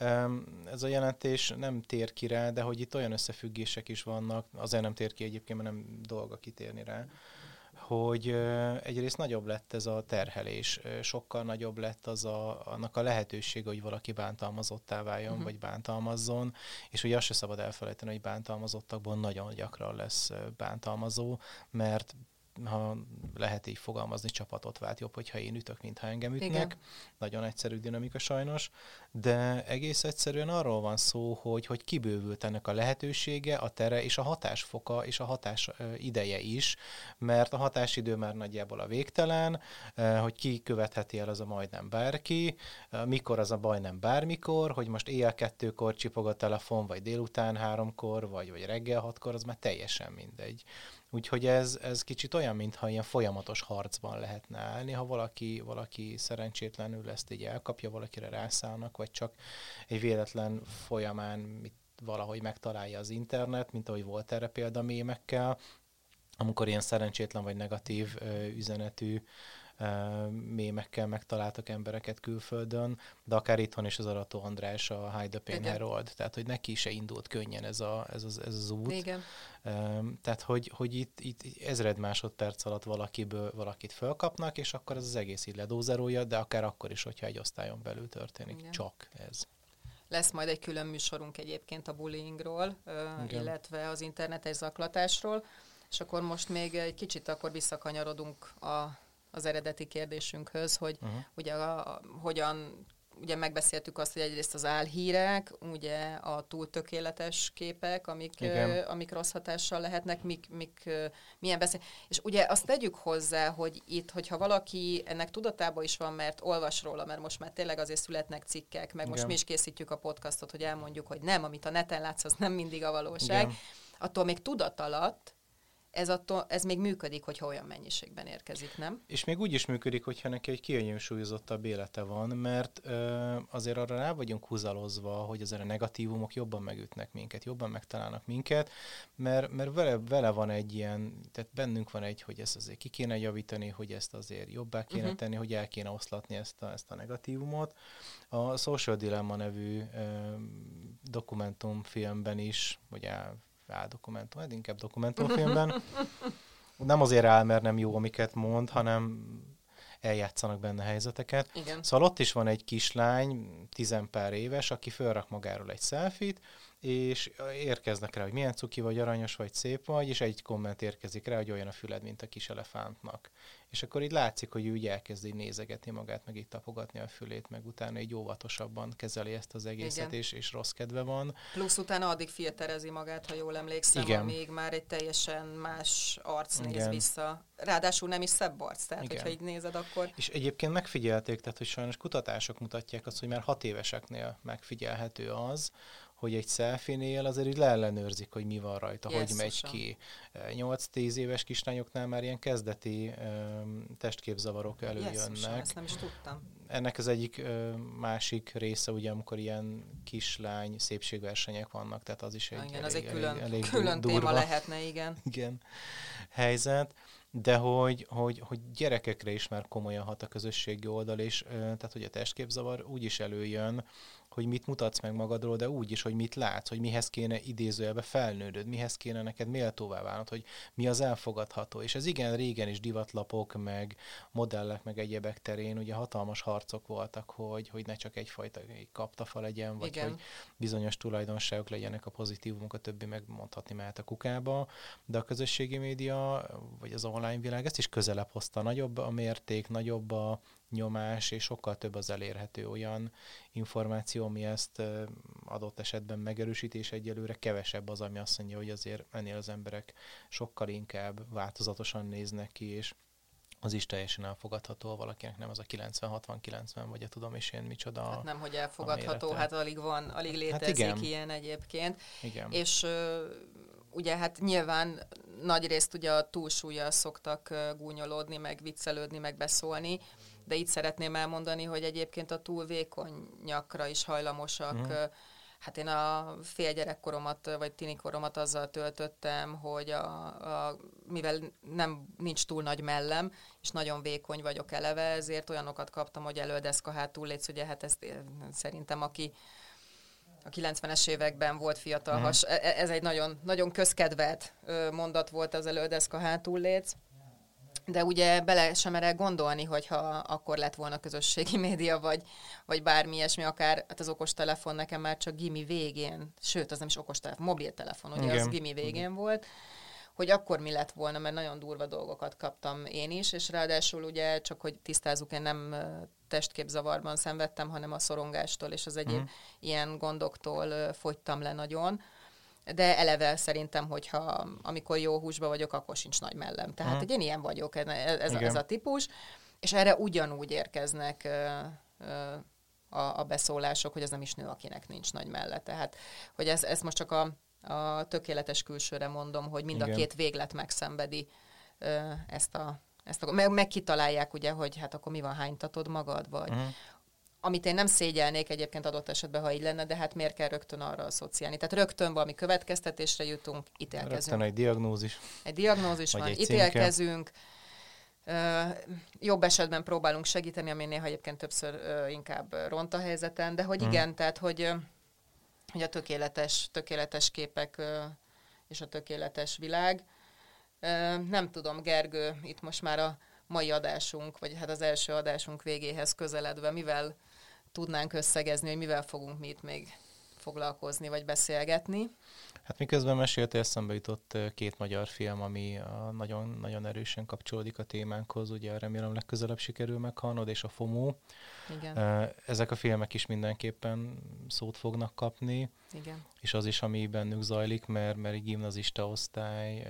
Ez a jelentés nem tér ki rá, de hogy itt olyan összefüggések is vannak, azért nem tér ki egyébként, mert nem dolga kitérni rá, hogy egyrészt nagyobb lett ez a terhelés, sokkal nagyobb lett az a, annak a lehetősége, hogy valaki bántalmazottá váljon, uh-huh. vagy bántalmazzon, és ugye azt se szabad elfelejteni, hogy bántalmazottakból nagyon gyakran lesz bántalmazó, mert ha lehet így fogalmazni, csapatot vált, jobb, hogyha én ütök, mintha engem ütnek. Igen. Nagyon egyszerű dinamika sajnos, de egész egyszerűen arról van szó, hogy, hogy kibővült ennek a lehetősége, a tere és a hatásfoka és a hatás ideje is, mert a hatásidő már nagyjából a végtelen, hogy ki követheti el az a majdnem bárki, mikor az a majdnem bármikor, hogy most éjjel kettőkor csipog a telefon, vagy délután háromkor, vagy, vagy reggel hatkor, az már teljesen mindegy. Úgyhogy ez, ez kicsit olyan, mintha ilyen folyamatos harcban lehetne állni, ha valaki, valaki szerencsétlenül ezt így elkapja, valakire rászállnak, vagy csak egy véletlen folyamán mit, valahogy megtalálja az internet, mint ahogy volt erre példa mémekkel, amikor ilyen szerencsétlen vagy negatív ö, üzenetű ö, mémekkel megtaláltak embereket külföldön, de akár itthon is az Arató András, a Hide the Pain Herald, tehát hogy neki se indult könnyen ez, a, ez, az, ez az út. Igen. Um, tehát, hogy, hogy itt, itt ezred másodperc alatt valakiből valakit fölkapnak, és akkor ez az egész így ledózerolja, de akár akkor is, hogyha egy osztályon belül történik. Igen. Csak ez. Lesz majd egy külön műsorunk egyébként a bullyingról, uh, illetve az internetes zaklatásról, és akkor most még egy kicsit akkor visszakanyarodunk a az eredeti kérdésünkhöz, hogy uh-huh. ugye a, a, hogyan, ugye megbeszéltük azt, hogy egyrészt az álhírek, ugye a túl tökéletes képek, amik, uh, amik rossz hatással lehetnek, mik, mik, uh, milyen beszél. És ugye azt tegyük hozzá, hogy itt, hogyha valaki ennek tudatában is van, mert olvas róla, mert most már tényleg azért születnek cikkek, meg most Igen. mi is készítjük a podcastot, hogy elmondjuk, hogy nem, amit a neten látsz, az nem mindig a valóság. Igen. Attól még tudat alatt Ez, attól, ez még működik, hogyha olyan mennyiségben érkezik, nem? És még úgy is működik, hogyha neki egy kiegyensúlyozottabb élete van, mert ö, azért arra rá vagyunk húzalozva, hogy azért a negatívumok jobban megütnek minket, jobban megtalálnak minket, mert, mert vele, vele van egy ilyen, tehát bennünk van egy, hogy ezt azért ki kéne javítani, hogy ezt azért jobbá kéne uh-huh. tenni, hogy el kéne oszlatni ezt a, ezt a negatívumot. A Social Dilemma nevű ö, dokumentumfilmben is, vagy á, Á, dokumentum, hát inkább dokumentumfilmben. Nem azért áll, mert nem jó, amiket mond, hanem eljátszanak benne helyzeteket. Igen. Szóval ott is van egy kislány, tizenpár éves, aki fölrak magáról egy selfie-t, és érkeznek rá, hogy milyen cuki vagy, aranyos vagy, szép vagy, és egy komment érkezik rá, hogy olyan a füled, mint a kis elefántnak. És akkor így látszik, hogy ő úgy elkezd így nézegetni magát, meg így tapogatni a fülét, meg utána így óvatosabban kezeli ezt az egészet, és, és rossz kedve van. Plusz utána addig filterezi magát, ha jól emlékszem, Igen. amíg már egy teljesen más arc néz Igen. vissza. Ráadásul nem is szebb arc, tehát Igen. hogyha így nézed, akkor... És egyébként megfigyelték, tehát hogy sajnos kutatások mutatják azt, hogy már hat éveseknél megfigyelhető az, hogy egy selfie-nél azért így leellenőrzik, hogy mi van rajta, yes, hogy megy szóval. ki. nyolc-tíz éves kislányoknál már ilyen kezdeti um, testképzavarok előjönnek. Yes, ezt nem is tudtam. Ennek az egyik uh, másik része, ugye, amikor ilyen kislány szépségversenyek vannak, tehát az is egy, igen, elég, az egy külön, elég, elég külön durva, téma lehetne, igen. igen, helyzet. De hogy, hogy, hogy gyerekekre is már komolyan hat a közösségi oldal, és uh, tehát, hogy a testképzavar úgy is előjön, hogy mit mutatsz meg magadról, de úgy is, hogy mit látsz, hogy mihez kéne idézőjelbe felnődöd, mihez kéne neked méltóvá válnod, hogy mi az elfogadható. És ez igen, régen is divatlapok, meg modellek, meg egyebek terén ugye hatalmas harcok voltak, hogy, hogy ne csak egyfajta kaptafa legyen, vagy igen. hogy bizonyos tulajdonságok legyenek a pozitívumok, a többi megmondhatni mehet a kukába. De a közösségi média, vagy az online világ ezt is közelebb hozta. Nagyobb a mérték, nagyobb a nyomás, és sokkal több az elérhető olyan információ, ami ezt adott esetben megerősít, és egyelőre kevesebb az, ami azt mondja, hogy azért ennél az emberek sokkal inkább változatosan néznek ki, és az is teljesen elfogadható, valakinek nem az a kilencven hatvan kilencven, vagy a tudom is én micsoda. Hát nem, hogy elfogadható, hát alig van, alig létezik hát ilyen egyébként. Igen. És uh, ugye hát nyilván nagy részt ugye a túlsúllyal szoktak uh, gúnyolódni, meg viccelődni, meg beszólni, de itt szeretném elmondani, hogy egyébként a túl vékonyakra is hajlamosak. Mm. Hát én a fél gyerekkoromat, vagy tinikoromat azzal töltöttem, hogy a, a, mivel nem, nincs túl nagy mellem, és nagyon vékony vagyok eleve, ezért olyanokat kaptam, hogy elődeszka hátul létsz, ugye hát ezt szerintem aki a kilencvenes években volt fiatal, mm. has, ez egy nagyon, nagyon közkedvelt mondat volt az elődeszka hátul létsz. De ugye bele sem merek gondolni, hogyha akkor lett volna közösségi média, vagy, vagy bármi ilyesmi, akár hát az okostelefon nekem már csak gimi végén, sőt, az nem is okostelefon, mobiltelefon, ugye Igen. az gimi végén volt, hogy akkor mi lett volna, mert nagyon durva dolgokat kaptam én is, és ráadásul ugye csak, hogy tisztázzuk, én nem testképzavarban szenvedtem, hanem a szorongástól és az egyéb mm. ilyen gondoktól fogytam le nagyon. De eleve szerintem, hogyha amikor jó húsba vagyok, akkor sincs nagy mellem. Tehát, uh-huh. hogy én ilyen vagyok, ez, ez, a, ez a típus, és erre ugyanúgy érkeznek ö, ö, a, a beszólások, hogy ez nem is nő, akinek nincs nagy melle. Tehát, hogy ez, ez most csak a, a tökéletes külsőre mondom, hogy mind Igen. a két véglet megszenvedi ö, ezt a, ezt a meg, meg kitalálják, ugye, hogy hát akkor mi van, hánytatod magad, vagy uh-huh. amit én nem szégyelnék egyébként adott esetben, ha így lenne, de hát miért kell rögtön arra asszociálni? Tehát rögtön valami következtetésre jutunk, ítélkezünk. Rögtön egy diagnózis. Egy diagnózis van, ítélkezünk. Uh, jobb esetben próbálunk segíteni, ami néha egyébként többször uh, inkább ront a helyzeten, de hogy hmm. igen, tehát hogy, uh, hogy a tökéletes, tökéletes képek uh, és a tökéletes világ. Uh, nem tudom, Gergő, itt most már a mai adásunk, vagy hát az első adásunk végéhez közeledve, mivel tudnánk összegezni, hogy mivel fogunk mi itt még foglalkozni, vagy beszélgetni. Hát miközben meséltél, eszembe jutott két magyar film, ami nagyon, nagyon erősen kapcsolódik a témánkhoz, ugye remélem legközelebb sikerül meghalnod, és a FOMO. Igen. Ezek a filmek is mindenképpen szót fognak kapni, Igen. és az is, ami bennük zajlik, mert, mert egy gimnazista osztály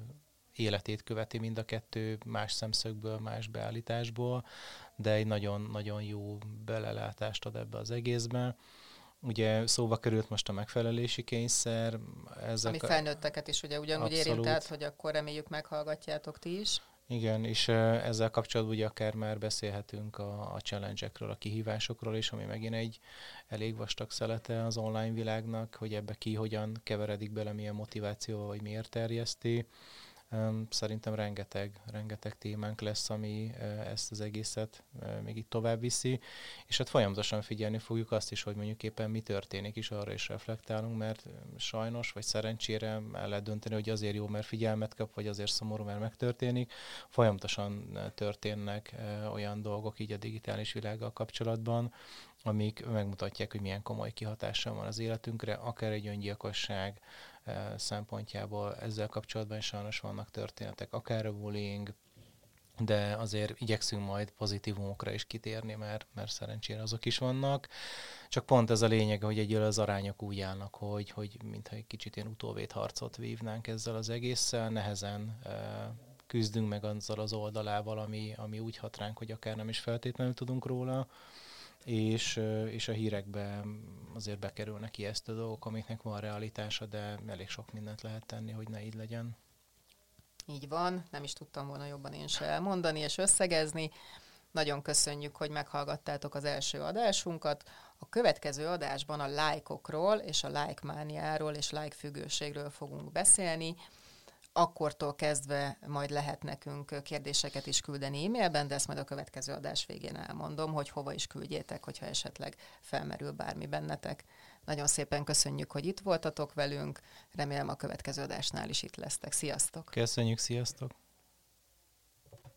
életét követi mind a kettő, más szemszögből, más beállításból, de egy nagyon-nagyon jó belelátást ad ebbe az egészbe. Ugye szóba került most a megfelelési kényszer. Ezek Ami felnőtteket is ugye ugyanúgy érintett, hogy akkor reméljük meghallgatjátok ti is. Igen, és ezzel kapcsolatban ugye akár már beszélhetünk a, a challenge-ekről, a kihívásokról is, ami megint egy elég vastag szelete az online világnak, hogy ebbe ki hogyan keveredik bele, milyen motiváció, vagy miért terjeszti. Szerintem rengeteg, rengeteg témánk lesz, ami ezt az egészet még itt tovább viszi, és hát folyamatosan figyelni fogjuk azt is, hogy mondjuk éppen mi történik, is arra is reflektálunk, mert sajnos, vagy szerencsére el lehet dönteni, hogy azért jó, mert figyelmet kap, vagy azért szomorú, mert megtörténik. Folyamatosan történnek olyan dolgok így a digitális világgal kapcsolatban, amik megmutatják, hogy milyen komoly kihatással van az életünkre, akár egy öngyilkosság szempontjából ezzel kapcsolatban is sajnos vannak történetek, akár a bullying, de azért igyekszünk majd pozitívumokra is kitérni, mert, mert szerencsére azok is vannak. Csak pont ez a lényeg, hogy egyébként az arányok úgy állnak, hogy, hogy mintha egy kicsit ilyen utóvédharcot vívnánk ezzel az egésszel, nehezen küzdünk meg azzal az oldalával, ami, ami úgy hat ránk, hogy akár nem is feltétlenül tudunk róla, és, és a hírekben azért bekerülnek ijesztő dolgok, amiknek van realitása, de elég sok mindent lehet tenni, hogy ne így legyen. Így van, nem is tudtam volna jobban én se elmondani és összegezni. Nagyon köszönjük, hogy meghallgattátok az első adásunkat. A következő adásban a lájkokról és a lájkmániáról és lájkfüggőségről fogunk beszélni. Akkortól kezdve majd lehet nekünk kérdéseket is küldeni e-mailben, de ezt majd a következő adás végén elmondom, hogy hova is küldjétek, hogyha esetleg felmerül bármi bennetek. Nagyon szépen köszönjük, hogy itt voltatok velünk, remélem a következő adásnál is itt lesztek. Sziasztok! Köszönjük, sziasztok!